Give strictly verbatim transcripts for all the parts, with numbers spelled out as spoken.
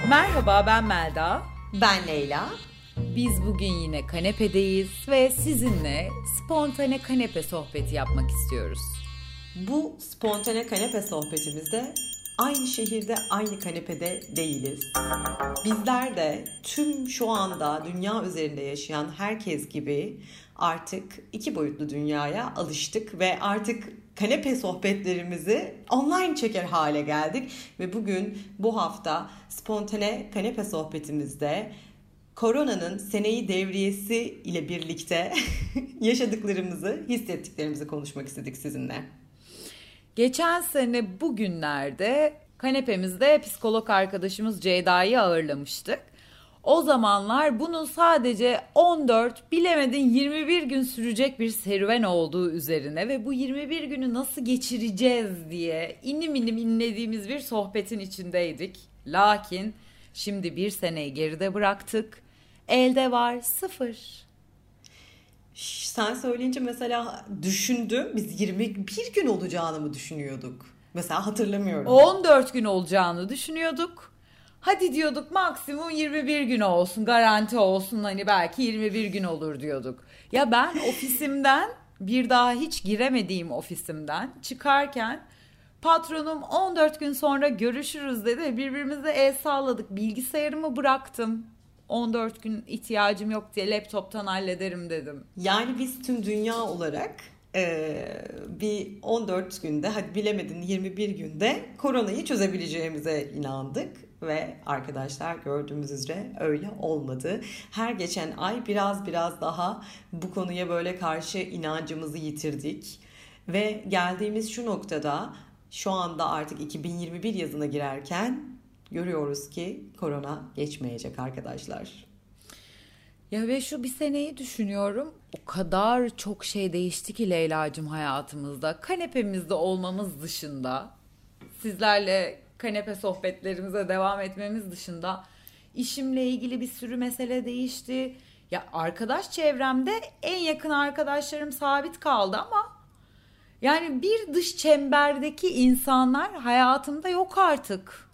Merhaba, ben Melda. Ben Leyla. Biz bugün yine kanepedeyiz ve sizinle spontane kanepe sohbeti yapmak istiyoruz. Bu spontane kanepe sohbetimizde aynı şehirde, aynı kanepede değiliz. Bizler de tüm şu anda dünya üzerinde yaşayan herkes gibi artık iki boyutlu dünyaya alıştık ve artık kanepe sohbetlerimizi online çeker hale geldik. Ve bugün bu hafta spontane kanepe sohbetimizde koronanın seneyi devriyesi ile birlikte yaşadıklarımızı, hissettiklerimizi konuşmak istedik sizinle. Geçen sene bugünlerde kanepemizde psikolog arkadaşımız Ceyda'yı ağırlamıştık. O zamanlar bunun sadece on dört, bilemedin yirmi bir gün sürecek bir serüven olduğu üzerine ve bu yirmi bir günü nasıl geçireceğiz diye inim inim inlediğimiz bir sohbetin içindeydik. Lakin şimdi bir seneyi geride bıraktık. Elde var sıfır. Sen söyleyince mesela düşündüm. Biz yirmi bir gün olacağını mı düşünüyorduk? Mesela hatırlamıyorum. on dört gün olacağını düşünüyorduk. Hadi diyorduk maksimum yirmi bir gün olsun, garanti olsun, hani belki yirmi bir gün olur diyorduk. Ya ben ofisimden, bir daha hiç giremediğim ofisimden çıkarken patronum on dört gün sonra görüşürüz dedi. Birbirimize el salladık. Bilgisayarımı bıraktım. on dört gün ihtiyacım yok diye laptoptan hallederim dedim. Yani biz tüm dünya olarak e, bir on dört günde, hadi bilemedin yirmi bir günde koronayı çözebileceğimize inandık. Ve arkadaşlar gördüğümüz üzere öyle olmadı. Her geçen ay biraz biraz daha bu konuya böyle karşı inancımızı yitirdik. Ve geldiğimiz şu noktada şu anda artık iki bin yirmi bir yazına girerken görüyoruz ki korona geçmeyecek arkadaşlar. Ya ve şu bir seneyi düşünüyorum. O kadar çok şey değişti ki Leyla'cığım hayatımızda. Kanepemizde olmamız dışında, sizlerle kanepe sohbetlerimize devam etmemiz dışında işimle ilgili bir sürü mesele değişti. Ya arkadaş çevremde en yakın arkadaşlarım sabit kaldı ama yani bir dış çemberdeki insanlar hayatımda yok artık.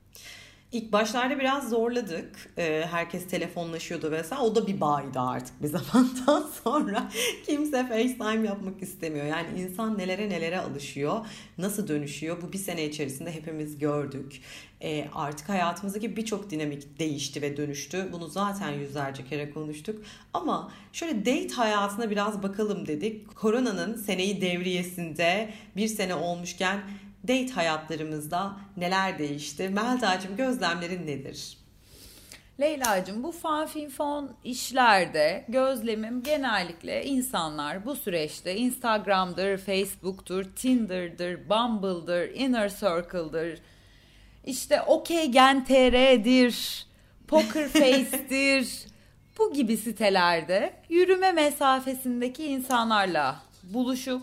İlk başlarda biraz zorladık. Ee, herkes telefonlaşıyordu vesaire. O da bir bağıydı artık bir zamandan sonra. Kimse FaceTime yapmak istemiyor. Yani insan nelere nelere alışıyor. Nasıl dönüşüyor? Bu bir sene içerisinde hepimiz gördük. Ee, artık hayatımızdaki birçok dinamik değişti ve dönüştü. Bunu zaten yüzlerce kere konuştuk. Ama şöyle date hayatına biraz bakalım dedik. Koronanın seneyi devriyesinde bir sene olmuşken date hayatlarımızda neler değişti? Melda'cığım gözlemlerin nedir? Leyla'cığım bu fanfinfon işlerde gözlemim genellikle insanlar bu süreçte Instagram'dır, Facebook'tur, Tinder'dır, Bumble'dır, Inner Circle'dır, işte OkGen.tr'dir, Pokerface'dir, bu gibi sitelerde yürüme mesafesindeki insanlarla buluşup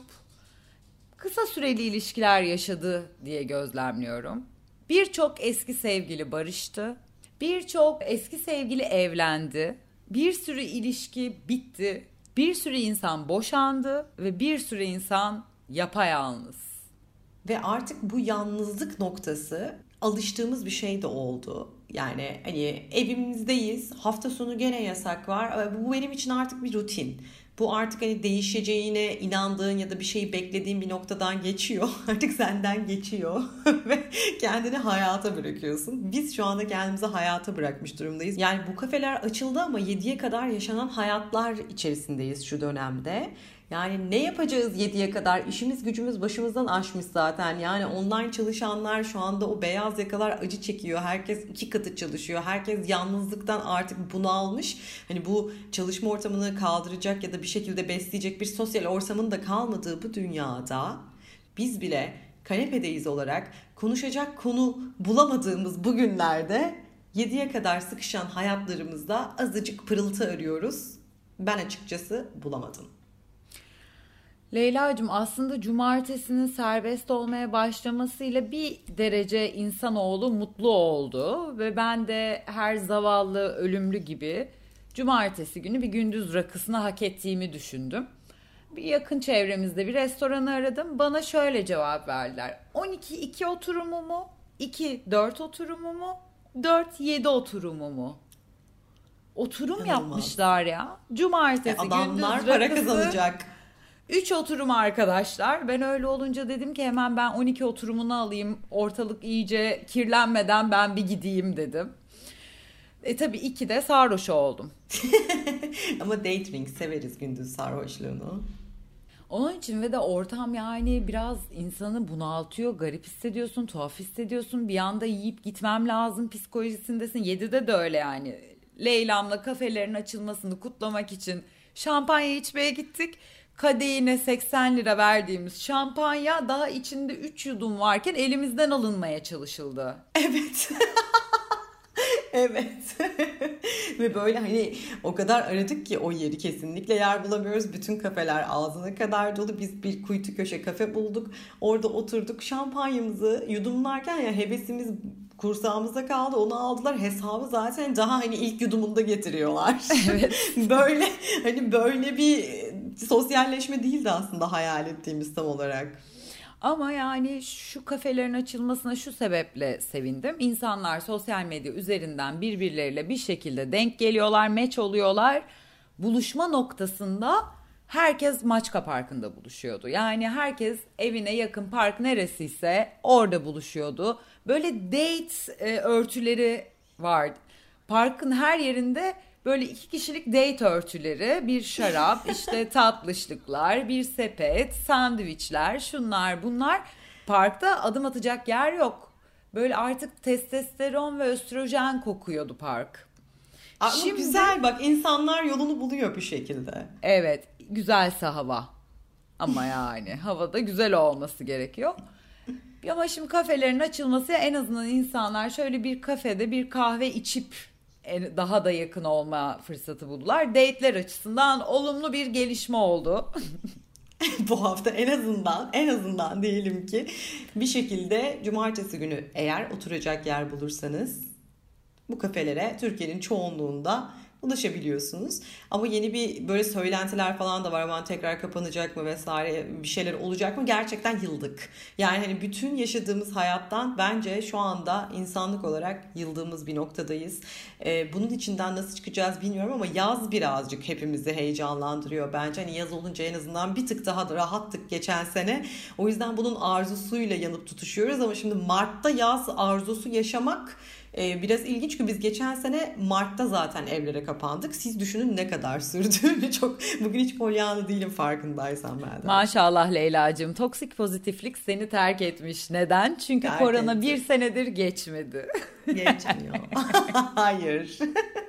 kısa süreli ilişkiler yaşadı diye gözlemliyorum. Birçok eski sevgili barıştı. Birçok eski sevgili evlendi. Bir sürü ilişki bitti. Bir sürü insan boşandı ve bir sürü insan yapayalnız. Ve artık bu yalnızlık noktası alıştığımız bir şey de oldu. Yani hani evimizdeyiz, hafta sonu gene yasak var. Bu benim için artık bir rutin. Bu artık hani değişeceğine inandığın ya da bir şeyi beklediğin bir noktadan geçiyor. Artık senden geçiyor ve kendini hayata bırakıyorsun. Biz şu anda kendimizi hayata bırakmış durumdayız. Yani bu kafeler açıldı ama yediye kadar yaşanan hayatlar içerisindeyiz şu dönemde. Yani ne yapacağız yediye kadar? İşimiz gücümüz başımızdan aşmış zaten. Yani online çalışanlar şu anda o beyaz yakalar acı çekiyor. Herkes iki katı çalışıyor. Herkes yalnızlıktan artık bunalmış. Hani bu çalışma ortamını kaldıracak ya da bir şekilde besleyecek bir sosyal ortamın da kalmadığı bu dünyada biz bile kanepedeyiz olarak konuşacak konu bulamadığımız bu günlerde yediye kadar sıkışan hayatlarımızda azıcık pırıltı arıyoruz. Ben açıkçası bulamadım. Leyla'cığım aslında cumartesinin serbest olmaya başlamasıyla bir derece insanoğlu mutlu oldu ve ben de her zavallı ölümlü gibi cumartesi günü bir gündüz rakısını hak ettiğimi düşündüm. Bir yakın çevremizde bir restoranı aradım. Bana şöyle cevap verdiler. on iki iki oturumu mu? iki dört oturumu mu? dört yedi oturumu mu? Oturum İnanılmaz. Yapmışlar ya. Cumartesi E, adamlar gündüz para rakısı, kazanacak. üç oturum arkadaşlar. Ben öyle olunca dedim ki hemen ben on iki oturumunu alayım. Ortalık iyice kirlenmeden ben bir gideyim dedim. E tabii iki de sarhoş oldum. Ama date ring severiz gündüz sarhoşluğunu. Onun için ve de ortam yani biraz insanı bunaltıyor, garip hissediyorsun, tuhaf hissediyorsun. Bir anda yiyip gitmem lazım psikolojisindesin. yedide de öyle yani. Leyla'mla kafelerin açılmasını kutlamak için şampanya içmeye gittik. Kadehine seksen lira verdiğimiz şampanya daha içinde üç yudum varken elimizden alınmaya çalışıldı. Evet. Evet. Ve böyle hani o kadar aradık ki o yeri, kesinlikle yer bulamıyoruz. Bütün kafeler ağzına kadar dolu. Biz bir kuytu köşe kafe bulduk. Orada oturduk, şampanyamızı yudumlarken ya hevesimiz kursağımızda kaldı. Onu aldılar. Hesabı zaten daha hani ilk yudumunda getiriyorlar. Evet. Böyle hani böyle bir sosyalleşme değildi aslında hayal ettiğimiz tam olarak. Ama yani şu kafelerin açılmasına şu sebeple sevindim. İnsanlar sosyal medya üzerinden birbirleriyle bir şekilde denk geliyorlar, meç oluyorlar. Buluşma noktasında herkes Maçka Parkı'nda buluşuyordu. Yani herkes evine yakın park neresiyse orada buluşuyordu. Böyle date e, örtüleri vardı. Parkın her yerinde böyle iki kişilik date örtüleri, bir şarap, işte tatlışlıklar, bir sepet, sandviçler, şunlar bunlar. Parkta adım atacak yer yok. Böyle artık testosteron ve östrojen kokuyordu park. Ama Şimdi, güzel bak, insanlar yolunu buluyor bir şekilde. Evet, güzelse hava. Ama yani havada güzel olması gerekiyor. Ama şimdi kafelerin açılması, en azından insanlar şöyle bir kafede bir kahve içip daha da yakın olma fırsatı buldular. Date'ler açısından olumlu bir gelişme oldu. Bu hafta en azından en azından diyelim ki bir şekilde cumartesi günü eğer oturacak yer bulursanız bu kafelere Türkiye'nin çoğunluğunda ulaşabiliyorsunuz. Ama yeni bir böyle söylentiler falan da var. Aman tekrar kapanacak mı vesaire, bir şeyler olacak mı? Gerçekten yıldık. Yani hani bütün yaşadığımız hayattan bence şu anda insanlık olarak yıldığımız bir noktadayız. Ee, bunun içinden nasıl çıkacağız bilmiyorum ama yaz birazcık hepimizi heyecanlandırıyor bence. Hani yaz olunca en azından bir tık daha da rahattık geçen sene. O yüzden bunun arzusuyla yanıp tutuşuyoruz ama şimdi Mart'ta yaz arzusu yaşamak biraz ilginç, çünkü biz geçen sene Mart'ta zaten evlere kapandık. Siz düşünün ne kadar sürdüğünü. Çok bugün hiç polyanlı değilim farkındaysan ben de. Maşallah Leyla'cığım, toksik pozitiflik seni terk etmiş. Neden? Çünkü terk korona etti. Bir senedir geçmedi. Geçmiyor. Hayır.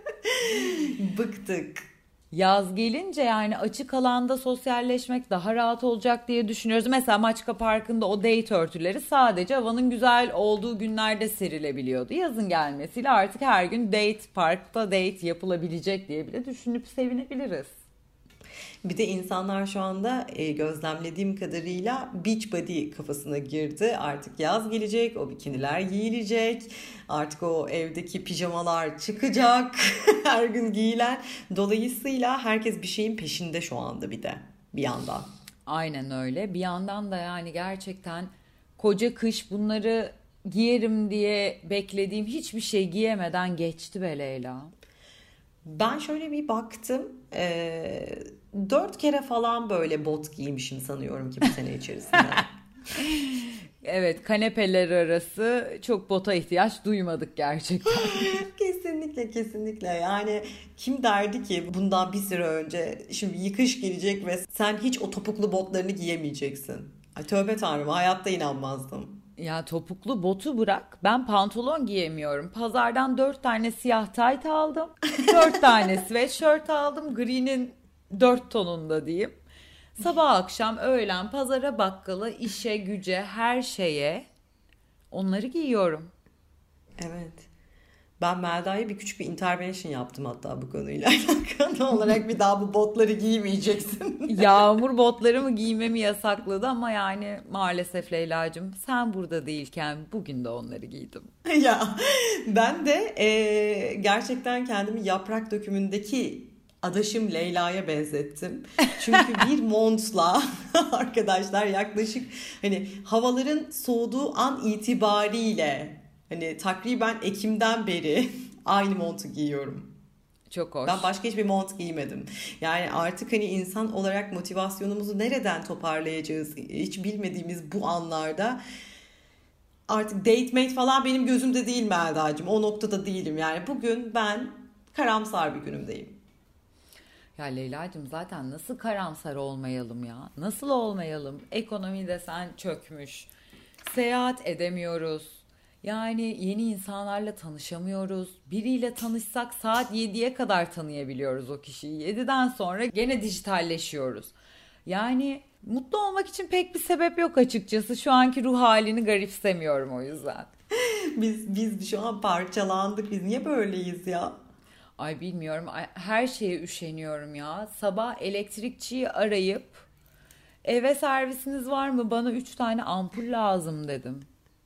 Bıktık. Yaz gelince yani açık alanda sosyalleşmek daha rahat olacak diye düşünüyoruz. Mesela Maçka Parkı'nda o date örtüleri sadece havanın güzel olduğu günlerde serilebiliyordu. Yazın gelmesiyle artık her gün date parkta date yapılabilecek diye bile düşünüp sevinebiliriz. Bir de insanlar şu anda e, gözlemlediğim kadarıyla beach body kafasına girdi. Artık yaz gelecek, o bikiniler giyilecek. Artık o evdeki pijamalar çıkacak. Her gün giyilen. Dolayısıyla herkes bir şeyin peşinde şu anda bir de bir yandan. Aynen öyle. Bir yandan da yani gerçekten koca kış bunları giyerim diye beklediğim hiçbir şey giyemeden geçti be Leyla. Ben şöyle bir baktım. Ee, dört kere falan böyle bot giymişim sanıyorum ki bu sene içerisinde. Evet, kanepeler arası çok bota ihtiyaç duymadık gerçekten. Kesinlikle kesinlikle, yani kim derdi ki bundan bir süre önce şimdi yıkış gelecek ve sen hiç o topuklu botlarını giyemeyeceksin. Ay, tövbe tanrım, hayatta inanmazdım. Ya topuklu botu bırak, ben pantolon giyemiyorum. Pazardan dört tane siyah tayt aldım. Dört tane sweatshirt aldım. Gri'nin dört tonunda diyeyim. Sabah akşam öğlen pazara bakkala işe güce her şeye onları giyiyorum. Evet. Ben Melda'ya bir küçük bir intervention yaptım hatta bu konuyla alakalı olarak, bir daha bu botları giymeyeceksin. Yağmur botlarımı giymemi yasakladı ama yani maalesef Leyla'cığım sen burada değilken bugün de onları giydim. Ya ben de e, gerçekten kendimi Yaprak Dökümü'ndeki adaşım Leyla'ya benzettim. Çünkü bir montla arkadaşlar yaklaşık hani havaların soğuduğu an itibariyle Hani takriben Ekim'den beri aynı montu giyiyorum. Çok hoş. Ben başka hiçbir mont giymedim. Yani artık hani insan olarak motivasyonumuzu nereden toparlayacağız hiç bilmediğimiz bu anlarda artık date mate falan benim gözümde değil Melda'cığım. O noktada değilim. Yani bugün ben karamsar bir günümdeyim. Ya Leyla'cığım zaten nasıl karamsar olmayalım ya? Nasıl olmayalım? Ekonomi desen çökmüş. Seyahat edemiyoruz. Yani yeni insanlarla tanışamıyoruz. Biriyle tanışsak saat yediye kadar tanıyabiliyoruz o kişiyi. yediden sonra gene dijitalleşiyoruz. Yani mutlu olmak için pek bir sebep yok açıkçası. Şu anki ruh halini garipsemiyorum o yüzden. Biz biz şu an parçalandık. Biz niye böyleyiz ya? Ay bilmiyorum. Ay, her şeye üşeniyorum ya. Sabah elektrikçiyi arayıp eve servisiniz var mı? Bana üç tane ampul lazım dedim.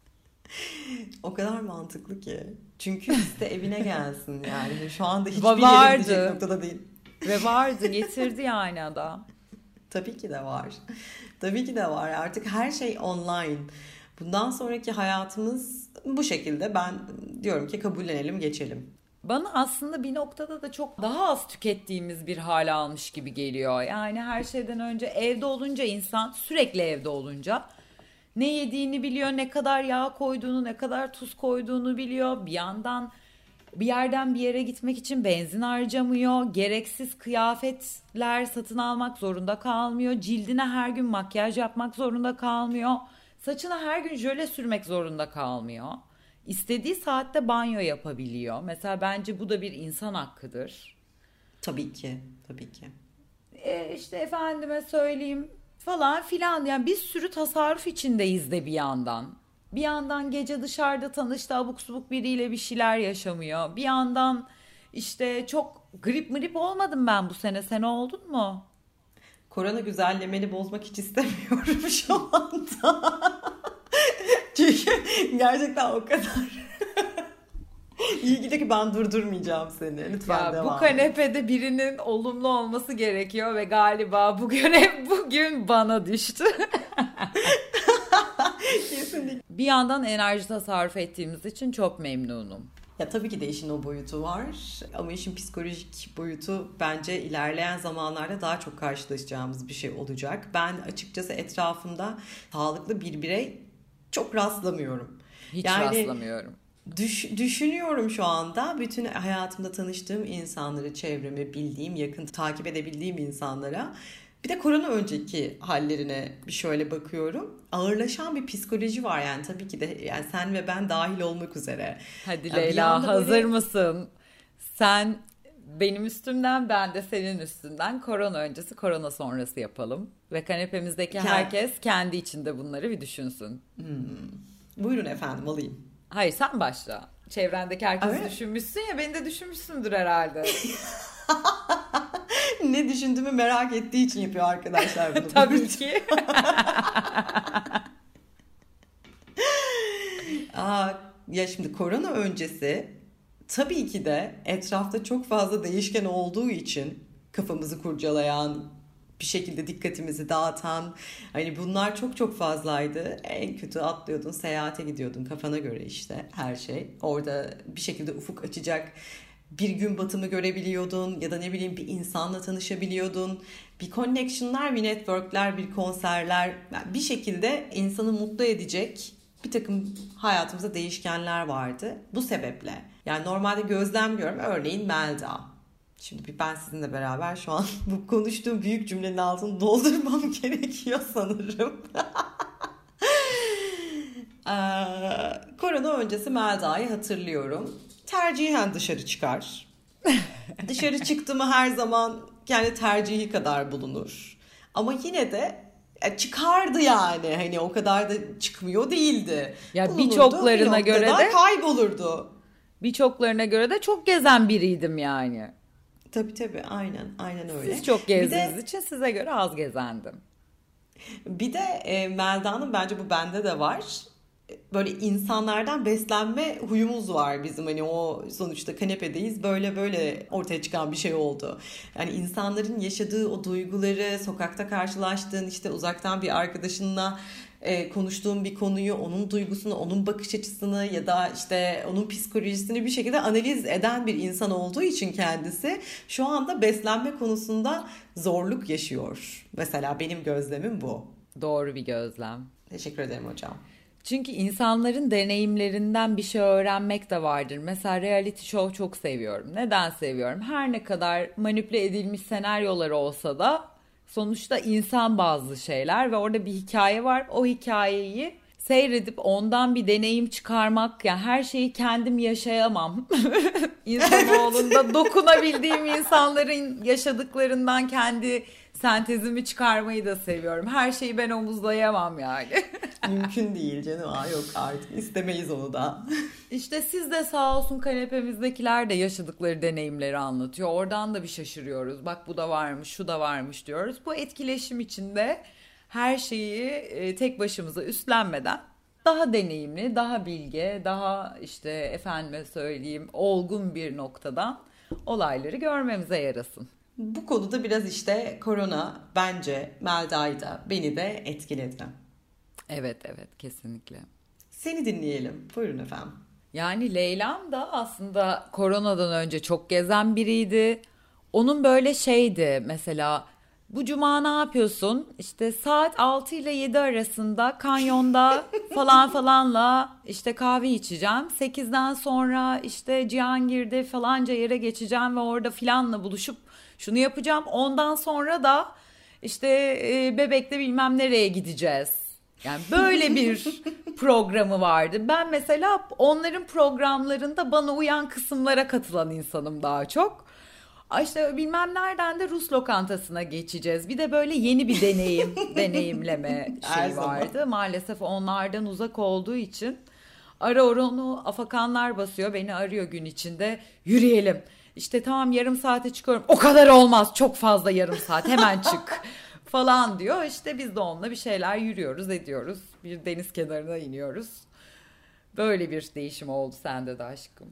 O kadar mantıklı ki. Çünkü iste evine gelsin yani. Şu anda hiçbir Vardı. yere gidecek noktada değil. Ve vardı, getirdi yani adam. Tabii ki de var. Tabii ki de var. Artık her şey online. Bundan sonraki hayatımız bu şekilde. Ben diyorum ki kabullenelim, geçelim. Bana aslında bir noktada da çok daha az tükettiğimiz bir hale almış gibi geliyor. Yani her şeyden önce evde olunca insan, sürekli evde olunca ne yediğini biliyor, ne kadar yağ koyduğunu, ne kadar tuz koyduğunu biliyor. Bir yandan bir yerden bir yere gitmek için benzin harcamıyor. Gereksiz kıyafetler satın almak zorunda kalmıyor. Cildine her gün makyaj yapmak zorunda kalmıyor. Saçına her gün jöle sürmek zorunda kalmıyor. İstediği saatte banyo yapabiliyor. Mesela bence bu da bir insan hakkıdır. Tabii ki, tabii ki. E işte efendime söyleyeyim falan filan. Yani bir sürü tasarruf içindeyiz de bir yandan. Bir yandan gece dışarıda tanıştı abuk subuk biriyle bir şeyler yaşamıyor. Bir yandan işte çok grip mrip olmadım ben bu sene. Sen oldun mu? Korona güzellemeni bozmak hiç istemiyorum şu anda. Çünkü gerçekten o kadar iyi gidiyor ki ben durdurmayacağım seni. Lütfen ya, devam bu kanepede et. Birinin olumlu olması gerekiyor ve galiba bu görev bugün bana düştü. Kesinlikle. Bir yandan enerji tasarruf ettiğimiz için çok memnunum. Ya tabii ki de işin o boyutu var ama işin psikolojik boyutu bence ilerleyen zamanlarda daha çok karşılaşacağımız bir şey olacak. Ben açıkçası etrafımda sağlıklı bir birey çok rastlamıyorum. Hiç yani, rastlamıyorum. Düş, düşünüyorum şu anda bütün hayatımda tanıştığım insanları, çevremi, bildiğim, yakın takip edebildiğim insanlara. Bir de korona önceki hallerine bir şöyle bakıyorum. Ağırlaşan bir psikoloji var yani tabii ki de yani sen ve ben dahil olmak üzere. Hadi yani Leyla hazır böyle... mısın? Sen benim üstümden ben de senin üstünden korona öncesi korona sonrası yapalım. Ve kanepemizdeki yani... herkes kendi içinde bunları bir düşünsün. Hmm. Buyurun efendim alayım. Hayır sen başla. Çevrendeki herkesi evet. düşünmüşsün ya beni de düşünmüşsündür herhalde. Ne düşündüğümü merak ettiği için yapıyor arkadaşlar bunu. Tabii ki. Aa, ya şimdi korona öncesi tabii ki de etrafta çok fazla değişken olduğu için kafamızı kurcalayan, bir şekilde dikkatimizi dağıtan, hani bunlar çok çok fazlaydı. En kötü atlıyordun, seyahate gidiyordun kafana göre işte her şey. Orada bir şekilde ufuk açacak bir gün batımı görebiliyordun ya da ne bileyim bir insanla tanışabiliyordun. Bir connection'lar, bir network'ler, bir konserler, yani bir şekilde insanı mutlu edecek bir takım hayatımızda değişkenler vardı. Bu sebeple yani normalde gözlemliyorum örneğin Melda. Şimdi ben sizinle beraber şu an bu konuştuğum büyük cümlenin altını doldurmam gerekiyor sanırım. ee, korona öncesi Melda'yı hatırlıyorum. Tercihen dışarı çıkar. Dışarı çıktı mı her zaman kendi tercihi kadar bulunur. Ama yine de çıkardı yani. Hani o kadar da çıkmıyor değildi. Ya birçoklarına bir göre de kaybolurdu. Birçoklarına göre de çok gezen biriydim yani. Tabii tabii aynen aynen öyle. Siz çok gezdiğiniz de, için size göre az gezendim. Bir de e, Melda'nın bence bu bende de var. Böyle insanlardan beslenme huyumuz var bizim hani o sonuçta kanepedeyiz böyle böyle ortaya çıkan bir şey oldu. Yani insanların yaşadığı o duyguları sokakta karşılaştığın işte uzaktan bir arkadaşınla e, konuştuğum bir konuyu, onun duygusunu, onun bakış açısını ya da işte onun psikolojisini bir şekilde analiz eden bir insan olduğu için kendisi şu anda beslenme konusunda zorluk yaşıyor. Mesela benim gözlemim bu. Doğru bir gözlem. Teşekkür ederim hocam. Çünkü insanların deneyimlerinden bir şey öğrenmek de vardır. Mesela reality show çok seviyorum. Neden seviyorum? Her ne kadar manipüle edilmiş senaryoları olsa da sonuçta insan bazlı şeyler ve orada bir hikaye var. O hikayeyi seyredip ondan bir deneyim çıkarmak, yani her şeyi kendim yaşayamam. İnsanoğlunda dokunabildiğim insanların yaşadıklarından kendi sentezimi çıkarmayı da seviyorum. Her şeyi ben omuzlayamam yani. Mümkün değil canım. Aa, yok artık istemeyiz onu da. İşte siz de sağ olsun kanepemizdekiler de yaşadıkları deneyimleri anlatıyor. Oradan da bir şaşırıyoruz. Bak bu da varmış, şu da varmış diyoruz. Bu etkileşim içinde her şeyi e, tek başımıza üstlenmeden daha deneyimli, daha bilge, daha işte efendime söyleyeyim olgun bir noktadan olayları görmemize yarasın. Bu konuda biraz işte korona bence Melda'yı da beni de etkiledi. Evet evet kesinlikle. Seni dinleyelim. Buyurun efendim. Yani Leyla'm da aslında koronadan önce çok gezen biriydi. Onun böyle şeydi mesela, bu cuma ne yapıyorsun? İşte saat altı ile yedi arasında kanyonda falan falanla işte kahve içeceğim. sekizden sonra işte Cihangir'de falanca yere geçeceğim ve orada filanla buluşup şunu yapacağım. Ondan sonra da işte e, Bebek'te bilmem nereye gideceğiz. Yani böyle bir programı vardı. Ben mesela onların programlarında bana uyan kısımlara katılan insanım daha çok. İşte bilmem nereden de Rus lokantasına geçeceğiz. Bir de böyle yeni bir deneyim, deneyimleme şey vardı. Maalesef onlardan uzak olduğu için ara ara onu afakanlar basıyor. Beni arıyor gün içinde. Yürüyelim. İşte tamam yarım saate çıkıyorum. O kadar olmaz. Çok fazla yarım saat. Hemen çık. Falan diyor. İşte biz de onunla bir şeyler yürüyoruz, ediyoruz. Bir deniz kenarına iniyoruz. Böyle bir değişim oldu sende de aşkım.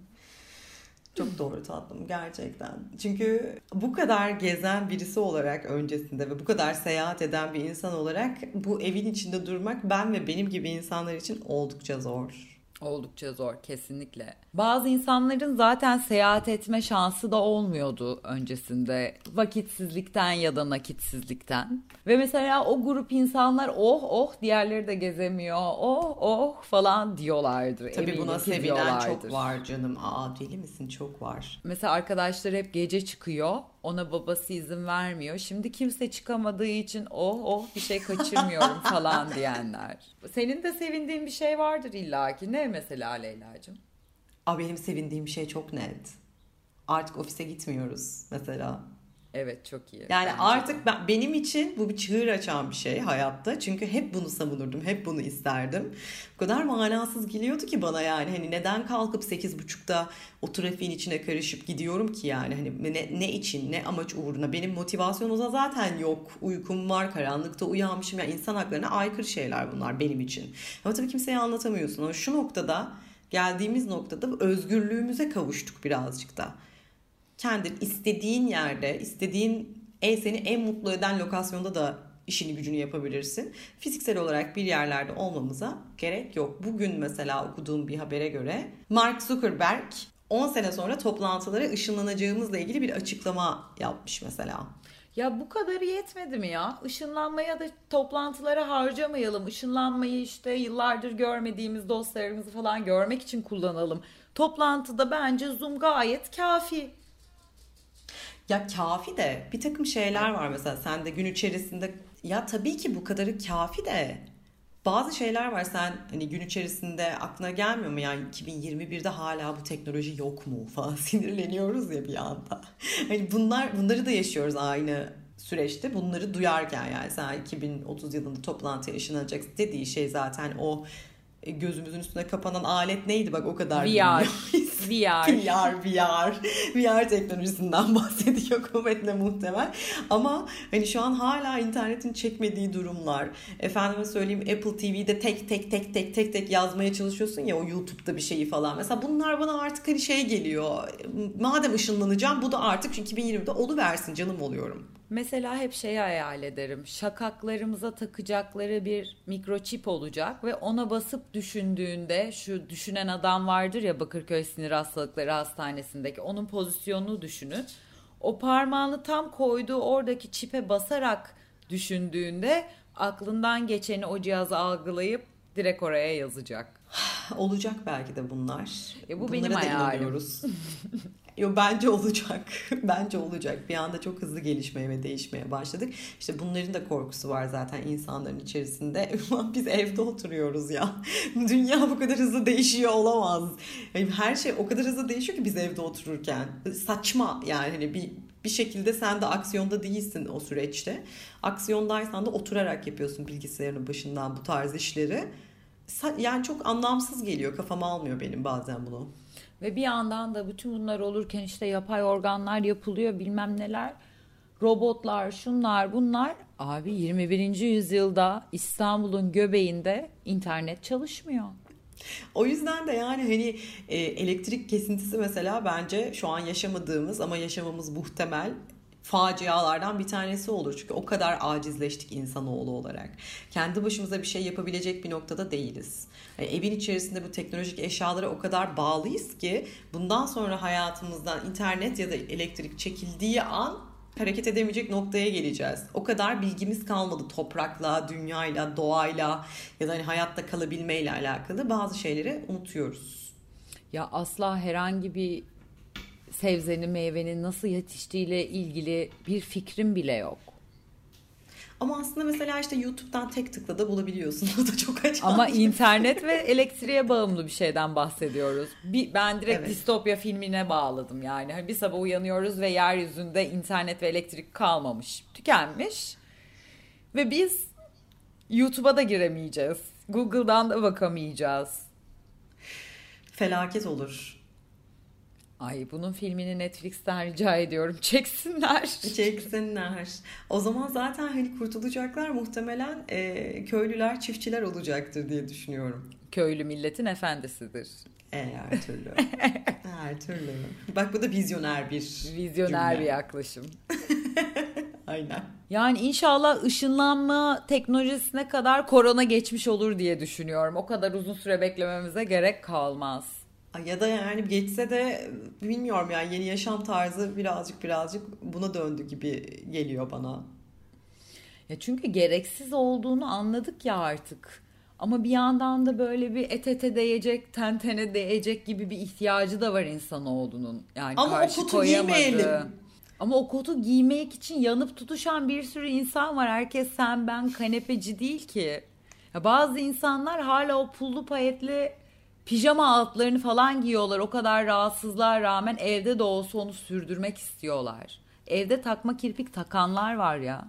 Çok doğru tatlım gerçekten. Çünkü bu kadar gezen birisi olarak öncesinde ve bu kadar seyahat eden bir insan olarak bu evin içinde durmak ben ve benim gibi insanlar için oldukça zor. Oldukça zor kesinlikle. Bazı insanların zaten seyahat etme şansı da olmuyordu öncesinde. Vakitsizlikten ya da nakitsizlikten. Ve mesela o grup insanlar oh oh diğerleri de gezemiyor. Oh oh falan diyorlardır. Tabii Eminim buna ki sevinen diyorlardır. çok var canım. Aa deli misin, çok var. Mesela arkadaşlar hep gece çıkıyor. Ona babası izin vermiyor. Şimdi kimse çıkamadığı için oh oh bir şey kaçırmıyorum falan diyenler. Senin de sevindiğin bir şey vardır illaki. Ne mesela Leyla'cığım? Aa, benim sevindiğim şey çok net. Artık ofise gitmiyoruz mesela. Evet çok iyi. Yani bence artık ben, benim için bu bir çığır açan bir şey hayatta. Çünkü hep bunu savunurdum, hep bunu isterdim. O kadar manasız geliyordu ki bana yani. Hani neden kalkıp sekiz buçukta o trafiğin içine karışıp gidiyorum ki yani. Hani ne, ne için, ne amaç uğruna. Benim motivasyonum zaten yok. Uykum var, karanlıkta uyanmışım. Yani insan haklarına aykırı şeyler bunlar benim için. Ama tabii kimseye anlatamıyorsun. Ama şu noktada, geldiğimiz noktada özgürlüğümüze kavuştuk birazcık da. Kendin istediğin yerde, istediğin en seni en mutlu eden lokasyonda da işini gücünü yapabilirsin. Fiziksel olarak bir yerlerde olmamıza gerek yok. Bugün mesela okuduğum bir habere göre Mark Zuckerberg on sene sonra toplantılara ışınlanacağımızla ilgili bir açıklama yapmış mesela. Ya bu kadarı yetmedi mi ya? Işınlanmaya da toplantılara harcamayalım. Işınlanmayı işte yıllardır görmediğimiz dostlarımızı falan görmek için kullanalım. Toplantıda bence Zoom gayet kafi. Ya kafi de bir takım şeyler var mesela sen de gün içerisinde, ya tabii ki bu kadarı kafi de bazı şeyler var sen hani gün içerisinde aklına gelmiyor mu yani iki bin yirmi birde hala bu teknoloji yok mu falan sinirleniyoruz ya bir anda. Hani bunlar bunları da yaşıyoruz aynı süreçte, bunları duyarken yani sen iki bin otuz yılında toplantıya ışınlanacaksın dediği şey zaten o gözümüzün üstüne kapanan alet neydi bak o kadar V R. V R. V R, V R. V R teknolojisinden bahsediyor kuvvetle muhtemel. Ama hani şu an hala internetin çekmediği durumlar. Efendime söyleyeyim Apple T V'de tek tek tek tek tek tek yazmaya çalışıyorsun ya o YouTube'da bir şeyi falan. Mesela bunlar bana artık hani şey geliyor. Madem ışınlanacağım bu da artık iki bin yirmide oluversin canım oluyorum. Mesela hep şeyi hayal ederim. Şakaklarımıza takacakları bir mikroçip olacak ve ona basıp düşündüğünde şu düşünen adam vardır ya Bakırköy Sinir Hastalıkları Hastanesi'ndeki onun pozisyonunu düşünün. O parmağını tam koyduğu oradaki çipe basarak düşündüğünde aklından geçeni o cihazı algılayıp direkt oraya yazacak. Olacak belki de bunlar. E bu Bunlara benim da hayalim. inanıyoruz. Yo, bence olacak. Bence olacak. Bir anda çok hızlı gelişmeye ve değişmeye başladık. İşte bunların da korkusu var zaten insanların içerisinde. Ulan biz evde oturuyoruz ya. Dünya bu kadar hızlı değişiyor olamaz. Yani her şey o kadar hızlı değişiyor ki biz evde otururken. Saçma yani hani bir bir şekilde sen de aksiyonda değilsin o süreçte. Aksiyondaysan da oturarak yapıyorsun bilgisayarın başından bu tarz işleri. Yani çok anlamsız geliyor. Kafam almıyor benim bazen bunu. Ve bir yandan da bütün bunlar olurken işte yapay organlar yapılıyor bilmem neler. Robotlar şunlar bunlar. Abi yirmi birinci yüzyılda İstanbul'un göbeğinde internet çalışmıyor. O yüzden de yani hani e, elektrik kesintisi mesela bence şu an yaşamadığımız ama yaşamamız muhtemel facialardan bir tanesi olur. Çünkü o kadar acizleştik insanoğlu olarak. Kendi başımıza bir şey yapabilecek bir noktada değiliz. Yani evin içerisinde bu teknolojik eşyalara o kadar bağlıyız ki bundan sonra hayatımızdan internet ya da elektrik çekildiği an hareket edemeyecek noktaya geleceğiz. O kadar bilgimiz kalmadı toprakla, dünyayla, doğayla ya da hani hayatta kalabilmeyle alakalı bazı şeyleri unutuyoruz. Ya asla herhangi bir sebzenin, meyvenin nasıl yetiştiğiyle ilgili bir fikrim bile yok. Ama aslında mesela işte YouTube'dan tek tıkla da bulabiliyorsun. O da çok acayip. Ama internet ve elektriğe bağımlı bir şeyden bahsediyoruz. Bir, ben direkt evet. Distopya filmine bağladım yani. Hani bir sabah uyanıyoruz ve yeryüzünde internet ve elektrik kalmamış, tükenmiş. Ve biz YouTube'a da giremeyeceğiz. Google'dan da bakamayacağız. Felaket olur. Ay bunun filmini Netflix'ten rica ediyorum. Çeksinler. Çeksinler. O zaman zaten hani kurtulacaklar muhtemelen e, köylüler, çiftçiler olacaktır diye düşünüyorum. Köylü milletin efendisidir. E, her türlü. Her türlü. Bak bu da vizyoner bir Vizyoner cümle. bir yaklaşım. Aynen. Yani inşallah ışınlanma teknolojisine kadar korona geçmiş olur diye düşünüyorum. O kadar uzun süre beklememize gerek kalmaz. Ya da yani geçse de bilmiyorum yani yeni yaşam tarzı birazcık birazcık buna döndü gibi geliyor bana. Ya çünkü gereksiz olduğunu anladık ya artık. Ama bir yandan da böyle bir et ete değecek, ten tene değecek gibi bir ihtiyacı da var insanoğlunun. Yani ama karşı o kotu koyamadı. Giymeyelim. Ama o kotu giymek için yanıp tutuşan bir sürü insan var. Herkes sen ben kanepeci değil ki. Ya bazı insanlar hala o pullu payetli pijama altlarını falan giyiyorlar. O kadar rahatsızlığa rağmen evde de olsa onu sürdürmek istiyorlar. Evde takma kirpik takanlar var ya.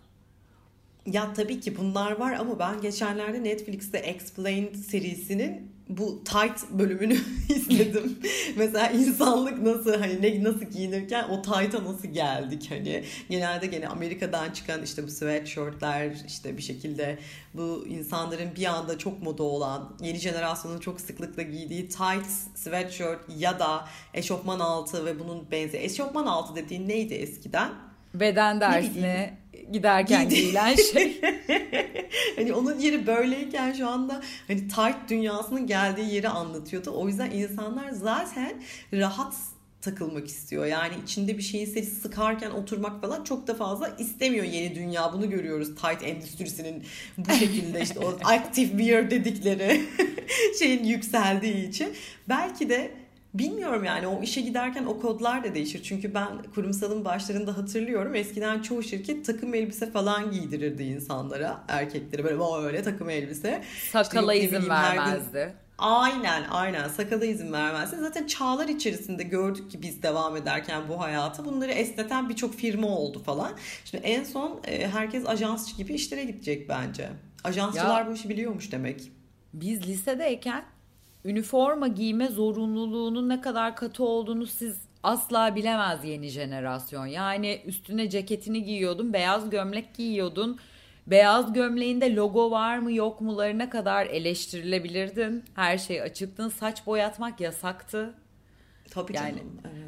Ya tabii ki bunlar var ama ben geçenlerde Netflix'te Explained serisinin bu tight bölümünü izledim. Mesela insanlık nasıl hani ne nasıl giyinirken o tight'a nasıl geldik hani. Genelde gene Amerika'dan çıkan işte bu sweatshirtler işte bir şekilde bu insanların bir anda çok moda olan yeni jenerasyonun çok sıklıkla giydiği tight sweatshirt ya da eşofman altı ve bunun benzeri. Eşofman altı dediğin neydi eskiden? Beden dersine giderken Giydi. giyilen şey. Hani onun yeri böyleyken şu anda hani tight dünyasının geldiği yeri anlatıyordu. O yüzden insanlar zaten rahat takılmak istiyor. Yani içinde bir şeyi sıkarken oturmak falan çok da fazla istemiyor yeni dünya. Bunu görüyoruz tight endüstrisinin bu şekilde işte o active wear dedikleri şeyin yükseldiği için. Belki de bilmiyorum yani o işe giderken o kodlar da değişir. Çünkü ben kurumsalın başlarında hatırlıyorum. Eskiden çoğu şirket takım elbise falan giydirirdi insanlara. Erkeklere böyle öyle takım elbise. Sakala işte izin vermezdi. Gün... Aynen aynen sakala izin vermezdi. Zaten çağlar içerisinde gördük ki biz devam ederken bu hayatı bunları esneten birçok firma oldu falan. Şimdi en son herkes ajansçı gibi işlere gidecek bence. Ajansçılar ya, bu işi biliyormuş demek. Biz lisedeyken üniforma giyme zorunluluğunun ne kadar katı olduğunu siz asla bilemez yeni jenerasyon. Yani üstüne ceketini giyiyordun, beyaz gömlek giyiyordun. Beyaz gömleğinde logo var mı yok mularına kadar eleştirilebilirdin. Her şey açıktın. Saç boyatmak yasaktı. Tabii yani, canım. Evet.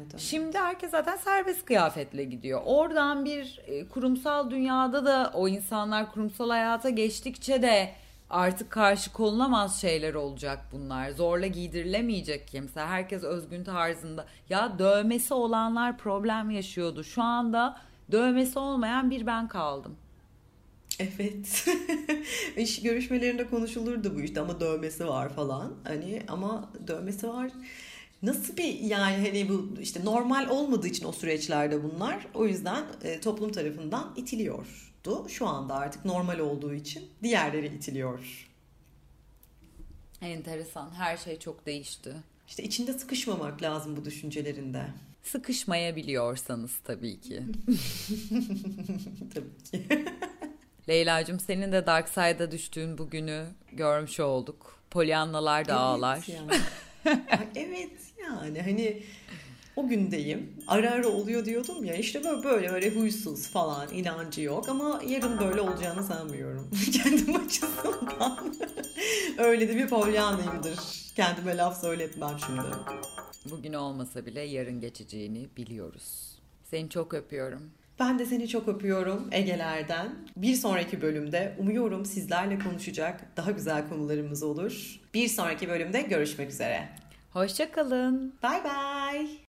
öyle. Şimdi herkes zaten serbest kıyafetle gidiyor. Oradan bir e, kurumsal dünyada da o insanlar kurumsal hayata geçtikçe de artık karşı konulamaz şeyler olacak bunlar. Zorla giydirilemeyecek kimse. Herkes özgün tarzında. Ya dövmesi olanlar problem yaşıyordu. Şu anda dövmesi olmayan bir ben kaldım. Evet. İş görüşmelerinde konuşulurdu bu işte, ama dövmesi var falan. Hani ama dövmesi var. Nasıl bir, yani hani bu işte normal olmadığı için o süreçlerde bunlar. O yüzden e, toplum tarafından itiliyordu. Şu anda artık normal olduğu için diğerleri itiliyor. Enteresan. Her şey çok değişti. İşte içinde sıkışmamak lazım bu düşüncelerinde. Sıkışmayabiliyorsanız tabii ki. Tabii ki. Leyla'cığım, senin de Dark Side'a düştüğün bu günü görmüş olduk. Polyannalar da Evet ağlar. yani. Ay, evet yani hani o gündeyim. Ara ara oluyor diyordum ya, işte böyle böyle böyle huysuz falan, inancı yok, ama yarın böyle olacağını sanmıyorum. Kendim açısından. Öyle de bir polyanlıyımdır. Kendime laf söyletmem şimdi. Bugün olmasa bile yarın geçeceğini biliyoruz. Seni çok öpüyorum. Ben de seni çok öpüyorum Ege'lerden. Bir sonraki bölümde umuyorum sizlerle konuşacak daha güzel konularımız olur. Bir sonraki bölümde görüşmek üzere. Hoşça kalın. Bye bye.